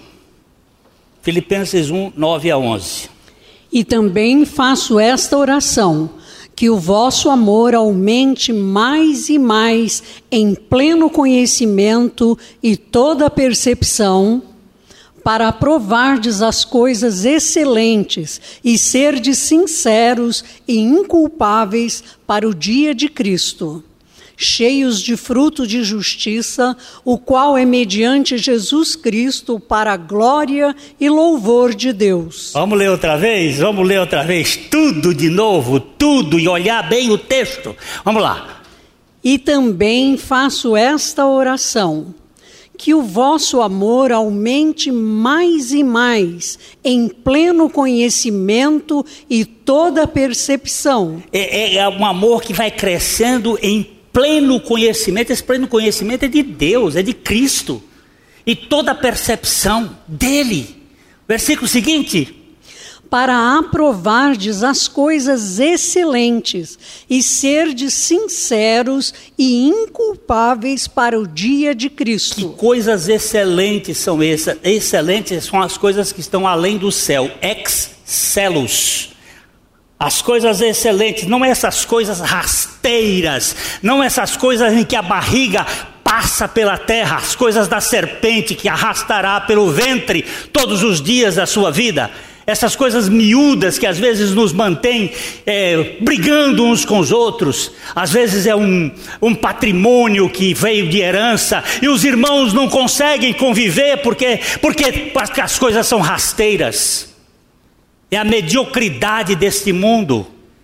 Filipenses um, nove a onze. E também faço esta oração, que o vosso amor aumente mais e mais em pleno conhecimento e toda percepção, para aprovardes as coisas excelentes e serdes sinceros e inculpáveis para o dia de Cristo, cheios de fruto de justiça, o qual é mediante Jesus Cristo para a glória e louvor de Deus. Vamos ler outra vez? Vamos ler outra vez? Tudo de novo, tudo, e olhar bem o texto. Vamos lá. E também faço esta oração, que o vosso amor aumente mais e mais em pleno conhecimento e toda percepção. É, é um amor que vai crescendo em pleno conhecimento. Esse pleno conhecimento é de Deus, é de Cristo. E toda percepção dele. Versículo seguinte. Para aprovardes as coisas excelentes e serdes sinceros e inculpáveis para o dia de Cristo. Que coisas excelentes são essas? Excelentes são as coisas que estão além do céu. Excelus. As coisas excelentes, não essas coisas rasteiras, não essas coisas em que a barriga passa pela terra, as coisas da serpente que arrastará pelo ventre todos os dias da sua vida. Essas coisas miúdas que às vezes nos mantêm é, brigando uns com os outros. Às vezes é um, um patrimônio que veio de herança e os irmãos não conseguem conviver porque, porque as coisas são rasteiras. É a mediocridade deste mundo.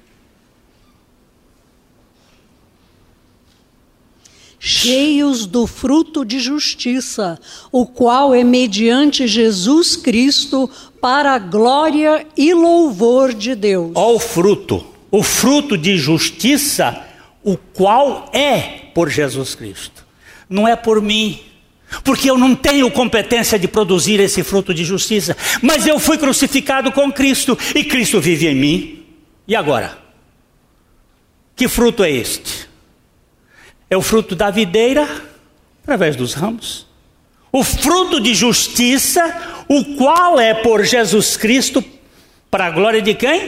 Cheios do fruto de justiça, o qual é mediante Jesus Cristo para a glória e louvor de Deus. Ó o fruto, o fruto de justiça, o qual é por Jesus Cristo. Não é por mim, porque eu não tenho competência de produzir esse fruto de justiça, mas eu fui crucificado com Cristo e Cristo vive em mim. E agora? Que fruto é este? É o fruto da videira, através dos ramos. O fruto de justiça, o qual é por Jesus Cristo, para a glória de quem?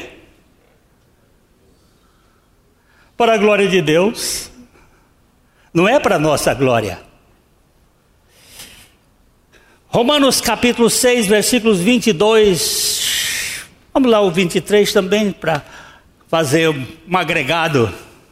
Para a glória de Deus. Não é para a nossa glória. Romanos capítulo seis, versículos vinte e dois. Vamos lá o vinte e três também, para fazer um agregado.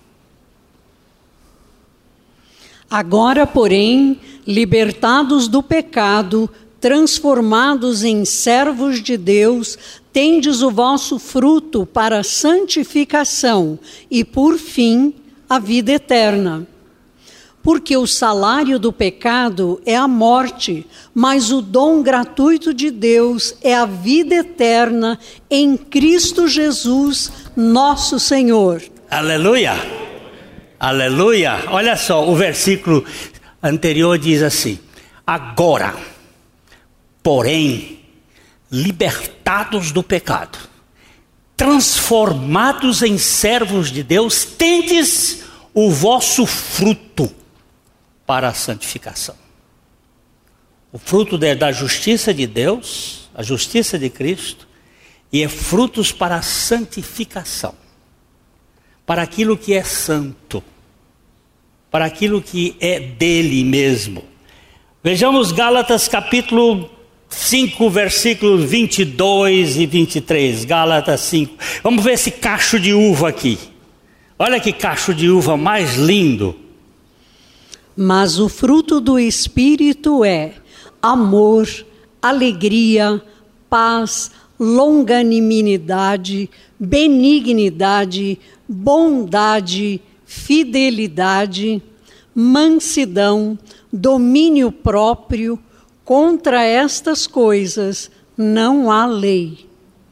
Agora, porém, libertados do pecado, transformados em servos de Deus, tendes o vosso fruto para a santificação e, por fim, a vida eterna. Porque o salário do pecado é a morte, mas o dom gratuito de Deus é a vida eterna em Cristo Jesus, nosso Senhor. Aleluia! Aleluia! Olha só, o versículo anterior diz assim: agora, porém, libertados do pecado, transformados em servos de Deus, tendes o vosso fruto para a santificação. O fruto da justiça de Deus, a justiça de Cristo, e é frutos para a santificação, para aquilo que é santo, para aquilo que é dele mesmo. Vejamos Gálatas capítulo cinco, versículos vinte e dois e vinte e três. Gálatas cinco. Vamos ver esse cacho de uva aqui. Olha que cacho de uva mais lindo. Mas o fruto do Espírito é amor, alegria, paz, longanimidade, benignidade, bondade, fidelidade, mansidão, domínio próprio. Contra estas coisas não há lei.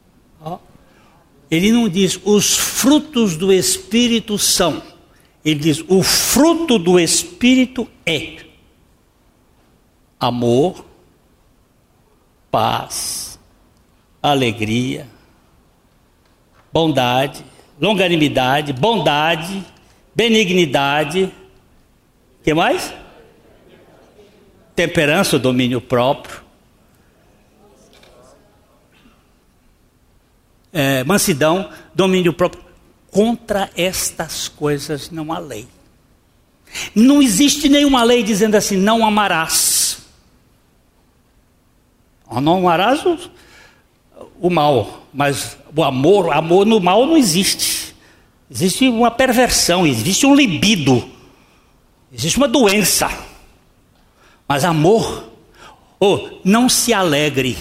Ele não diz os frutos do Espírito são. Ele diz o fruto do Espírito é amor, paz, alegria, bondade, longanimidade, bondade, benignidade. O que mais? Temperança, domínio próprio. É, mansidão, domínio próprio. Contra estas coisas não há lei. Não existe nenhuma lei dizendo assim, não amarás. Não amarás o, o mal, mas o amor, amor no mal não existe. Existe uma perversão, existe um libido, existe uma doença. Mas amor, oh, não se alegre,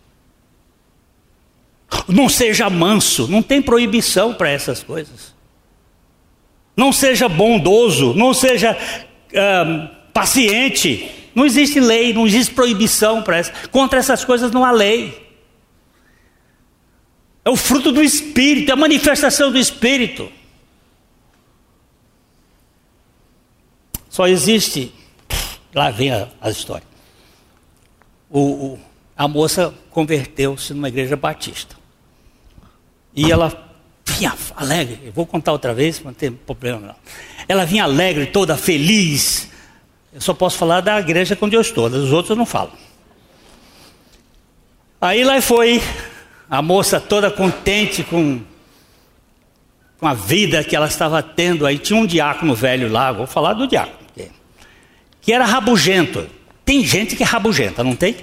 não seja manso, não tem proibição para essas coisas. Não seja bondoso, não seja uh, paciente. Não existe lei, não existe proibição para essa. Contra essas coisas não há lei. É o fruto do Espírito, é a manifestação do Espírito. Só existe, lá vem a, a história. O, o, a moça converteu-se numa igreja batista. E ela vinha alegre, eu vou contar outra vez, não tem problema não. Ela vinha alegre, toda feliz. Eu só posso falar da igreja onde eu estou, dos outros eu não falo. Aí lá foi a moça toda contente com, com a vida que ela estava tendo. Aí tinha um diácono velho lá, vou falar do diácono, que, que era rabugento. Tem gente que é rabugenta, não tem?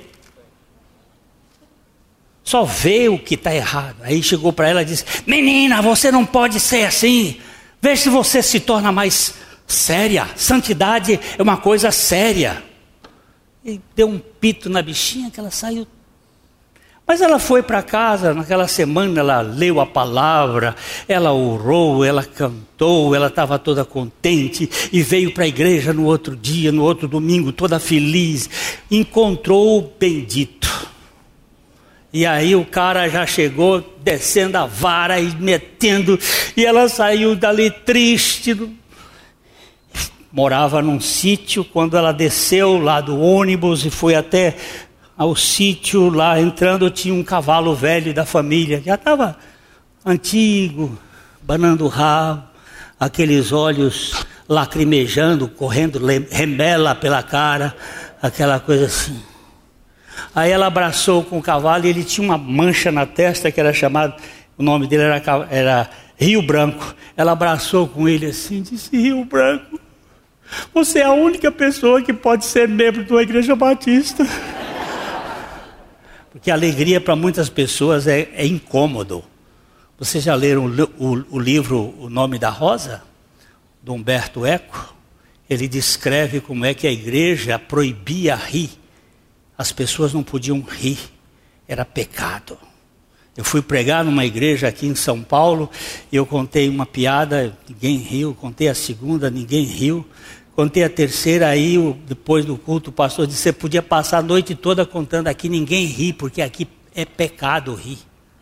Só vê o que está errado. Aí chegou para ela e disse: menina, você não pode ser assim. Veja se você se torna mais séria. Santidade é uma coisa séria. E deu um pito na bichinha que ela saiu. Mas ela foi para casa, naquela semana ela leu a palavra, ela orou, ela cantou, ela estava toda contente e veio para a igreja no outro dia, no outro domingo, toda feliz. Encontrou o bendito. E aí o cara já chegou descendo a vara e metendo, e ela saiu dali triste. Morava num sítio. Quando ela desceu lá do ônibus e foi até ao sítio, lá entrando tinha um cavalo velho da família, já estava antigo, banando o rabo, aqueles olhos lacrimejando, correndo remela pela cara, aquela coisa assim. Aí ela abraçou com o cavalo e ele tinha uma mancha na testa que era chamado, o nome dele era, era Rio Branco. Ela abraçou com ele assim, disse: Rio Branco, você é a única pessoa que pode ser membro de uma igreja batista. Porque a alegria para muitas pessoas é, é incômodo. Vocês já leram o, o, o livro O Nome da Rosa, do Humberto Eco? Ele descreve como é que a igreja proibia rir. As pessoas não podiam rir, era pecado. Eu fui pregar numa igreja aqui em São Paulo, e eu contei uma piada, ninguém riu. Contei a segunda, ninguém riu. Contei a terceira, aí depois do culto o pastor disse: você podia passar a noite toda contando aqui, ninguém ri, porque aqui é pecado rir.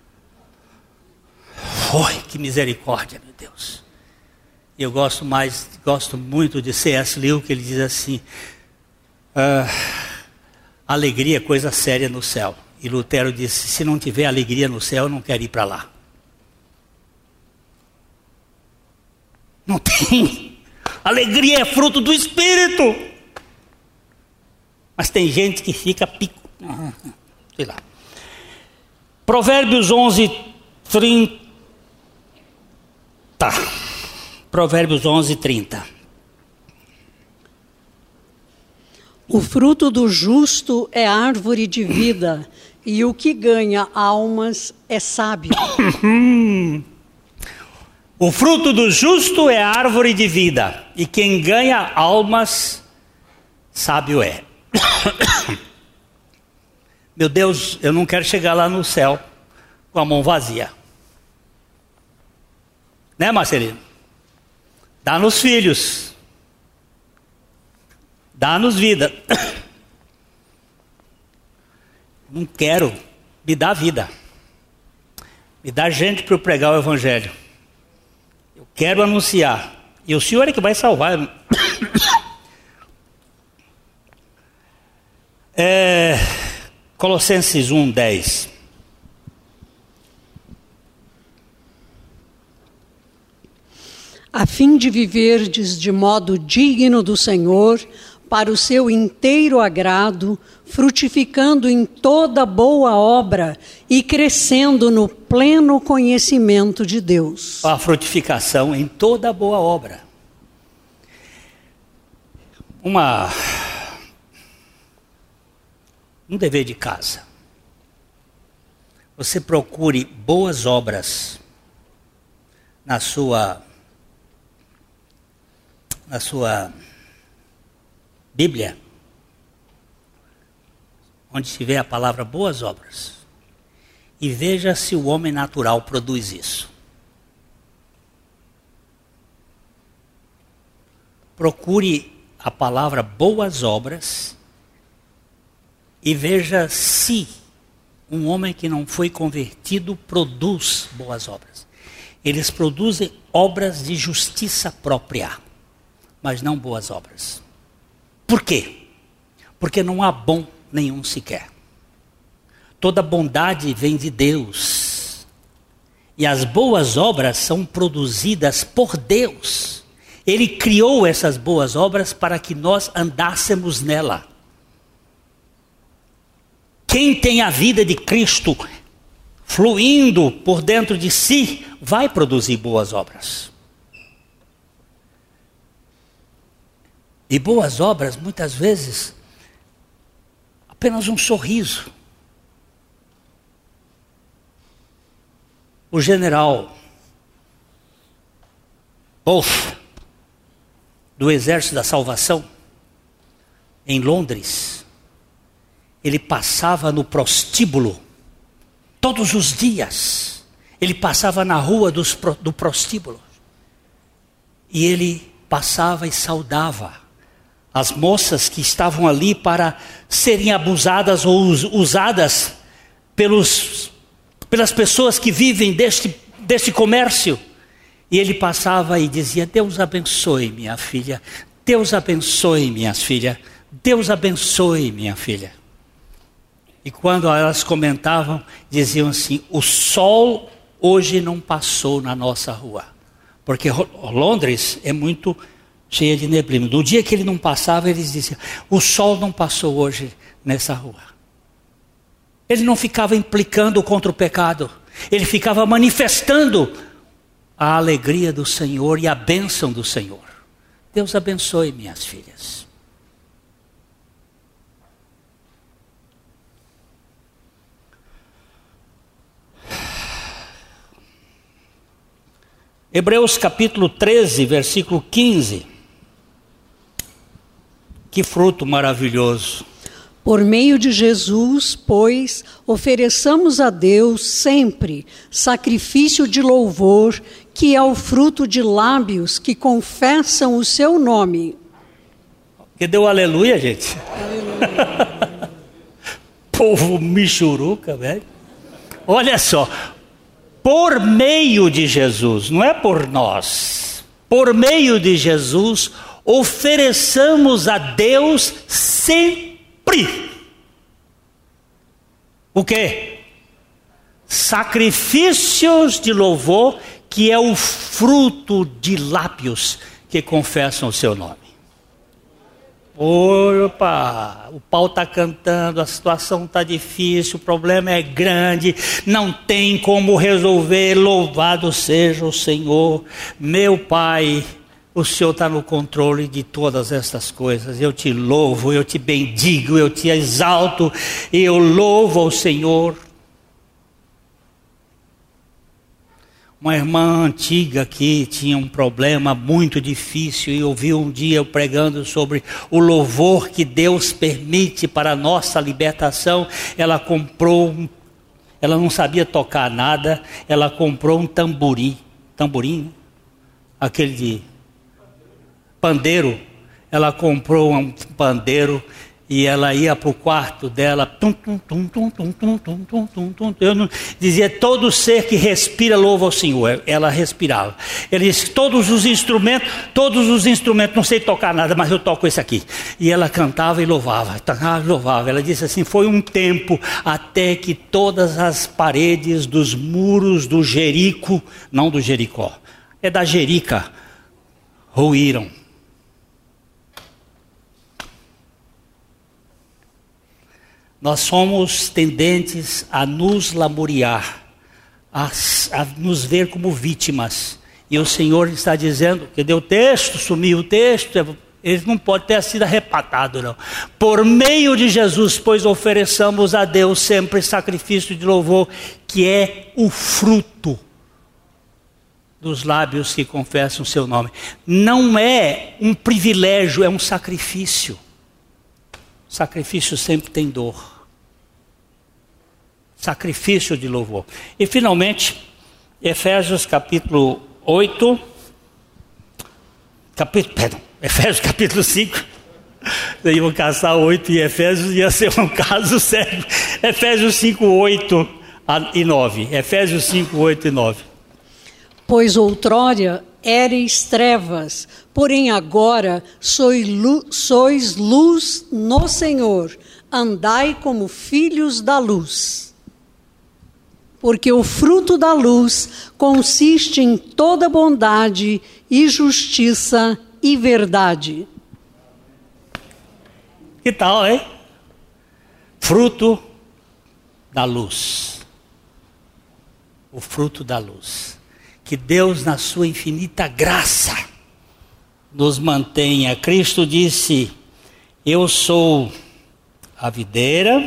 Oi, que misericórdia, meu Deus. Eu gosto mais, gosto muito de C S Lewis, que ele diz assim: ah, alegria é coisa séria no céu. E Lutero disse: se não tiver alegria no céu, eu não quero ir para lá. Não tem. Alegria é fruto do Espírito. Mas tem gente que fica pico, sei lá. Provérbios onze, trinta. Provérbios onze, trinta. O fruto do justo é árvore de vida, e o que ganha almas é sábio. O fruto do justo é árvore de vida, e quem ganha almas, sábio é. Meu Deus, eu não quero chegar lá no céu com a mão vazia. Né, Marcelino? Dá nos filhos. Dá-nos vida. Não quero. Me dá vida. Me dá gente para eu pregar o evangelho. Eu quero anunciar. E o Senhor é que vai salvar. É, Colossenses um, dez. A fim de viverdes de modo digno do Senhor, para o seu inteiro agrado, frutificando em toda boa obra e crescendo no pleno conhecimento de Deus. A frutificação em toda boa obra. Uma, um dever de casa. Você procure boas obras na sua, na sua Bíblia, onde se vê a palavra boas obras, e veja se o homem natural produz isso. Procure a palavra boas obras e veja se um homem que não foi convertido produz boas obras. Eles produzem obras de justiça própria, mas não boas obras. Por quê? Porque não há bom nenhum sequer. Toda bondade vem de Deus. E as boas obras são produzidas por Deus. Ele criou essas boas obras para que nós andássemos nela. Quem tem a vida de Cristo fluindo por dentro de si, vai produzir boas obras. E boas obras, muitas vezes, apenas um sorriso. O general Wolff, do Exército da Salvação, em Londres, ele passava no prostíbulo, todos os dias, ele passava na rua dos, do prostíbulo, e ele passava e saudava as moças que estavam ali para serem abusadas ou usadas pelos, pelas pessoas que vivem deste, deste comércio. E ele passava e dizia: Deus abençoe minha filha, Deus abençoe minhas filhas, Deus abençoe minha filha. E quando elas comentavam, diziam assim: o sol hoje não passou na nossa rua. Porque Londres é muito cheia de neblina. No dia que ele não passava, eles diziam: o sol não passou hoje nessa rua. Ele não ficava implicando contra o pecado. Ele ficava manifestando a alegria do Senhor e a bênção do Senhor. Deus abençoe minhas filhas. Hebreus capítulo treze, versículo quinze. Que fruto maravilhoso. Por meio de Jesus, pois, ofereçamos a Deus sempre sacrifício de louvor, que é o fruto de lábios que confessam o seu nome. Que deu aleluia, gente? Aleluia. Povo michuruca, velho. Olha só. Por meio de Jesus, não é por nós. Por meio de Jesus, ofereçamos a Deus sempre o quê? Sacrifícios de louvor, que é o fruto de lábios que confessam o seu nome. Opa, o pau está cantando, a situação está difícil, o problema é grande, não tem como resolver. Louvado seja o Senhor, meu Pai. O Senhor está no controle de todas estas coisas. Eu te louvo, eu te bendigo, eu te exalto, eu louvo ao Senhor. Uma irmã antiga aqui tinha um problema muito difícil e ouviu um dia eu pregando sobre o louvor que Deus permite para a nossa libertação. Ela comprou, um, ela não sabia tocar nada, ela comprou um tamborim, tamborim, né? Aquele de pandeiro. Ela comprou um pandeiro e ela ia para o quarto dela, tum, tum, tum, tum, tum, tum, tum, tum, tum, tum. Eu não, dizia, todo ser que respira louva ao Senhor. Ela respirava. Ele disse, todos os instrumentos, todos os instrumentos, não sei tocar nada, mas eu toco esse aqui. E ela cantava e louvava, cantava e louvava. Ela disse assim, foi um tempo até que todas as paredes dos muros do Jerico, não do Jericó, é da Jerica, ruíram. Nós somos tendentes a nos lamuriar, a, a nos ver como vítimas. E o Senhor está dizendo, que deu o texto, sumiu o texto, ele não pode ter sido arrebatado, não. Por meio de Jesus, pois ofereçamos a Deus sempre sacrifício de louvor, que é o fruto dos lábios que confessam o seu nome. Não é um privilégio, é um sacrifício. Sacrifício sempre tem dor. Sacrifício de louvor. E finalmente, Efésios capítulo oito, capítulo, perdão, Efésios capítulo cinco, vocês iam caçar oito e Efésios, ia ser um caso sério. Efésios cinco, oito e nove. Efésios cinco, oito e nove. Pois outrora éreis trevas, porém agora sois luz, sois luz no Senhor, andai como filhos da luz. Porque o fruto da luz consiste em toda bondade e justiça e verdade. Que tal, hein? Fruto da luz. O fruto da luz. Que Deus, na sua infinita graça, nos mantenha. Cristo disse, eu sou a videira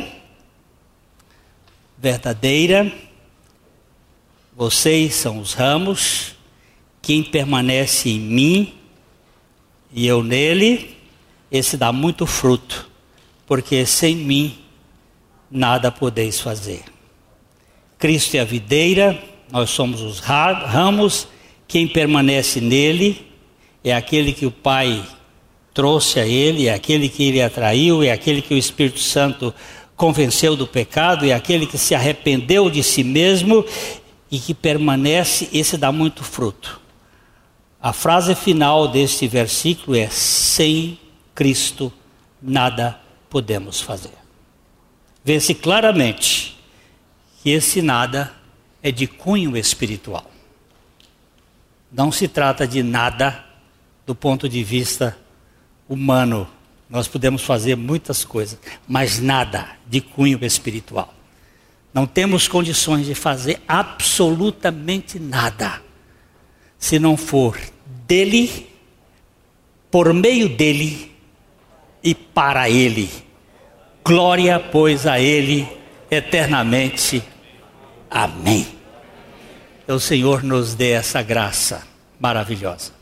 verdadeira, vocês são os ramos, quem permanece em mim e eu nele, esse dá muito fruto, porque sem mim nada podeis fazer. Cristo é a videira, nós somos os ramos, quem permanece nele é aquele que o Pai trouxe a ele, é aquele que ele atraiu, é aquele que o Espírito Santo convenceu do pecado, é aquele que se arrependeu de si mesmo e que permanece, esse dá muito fruto. A frase final deste versículo é: sem Cristo nada podemos fazer. Vê-se claramente que esse nada é de cunho espiritual. Não se trata de nada do ponto de vista humano. Nós podemos fazer muitas coisas, mas nada de cunho espiritual. Não temos condições de fazer absolutamente nada, se não for dele, por meio dele e para ele. Glória, pois, a ele eternamente. Amém. Que o Senhor nos dê essa graça maravilhosa.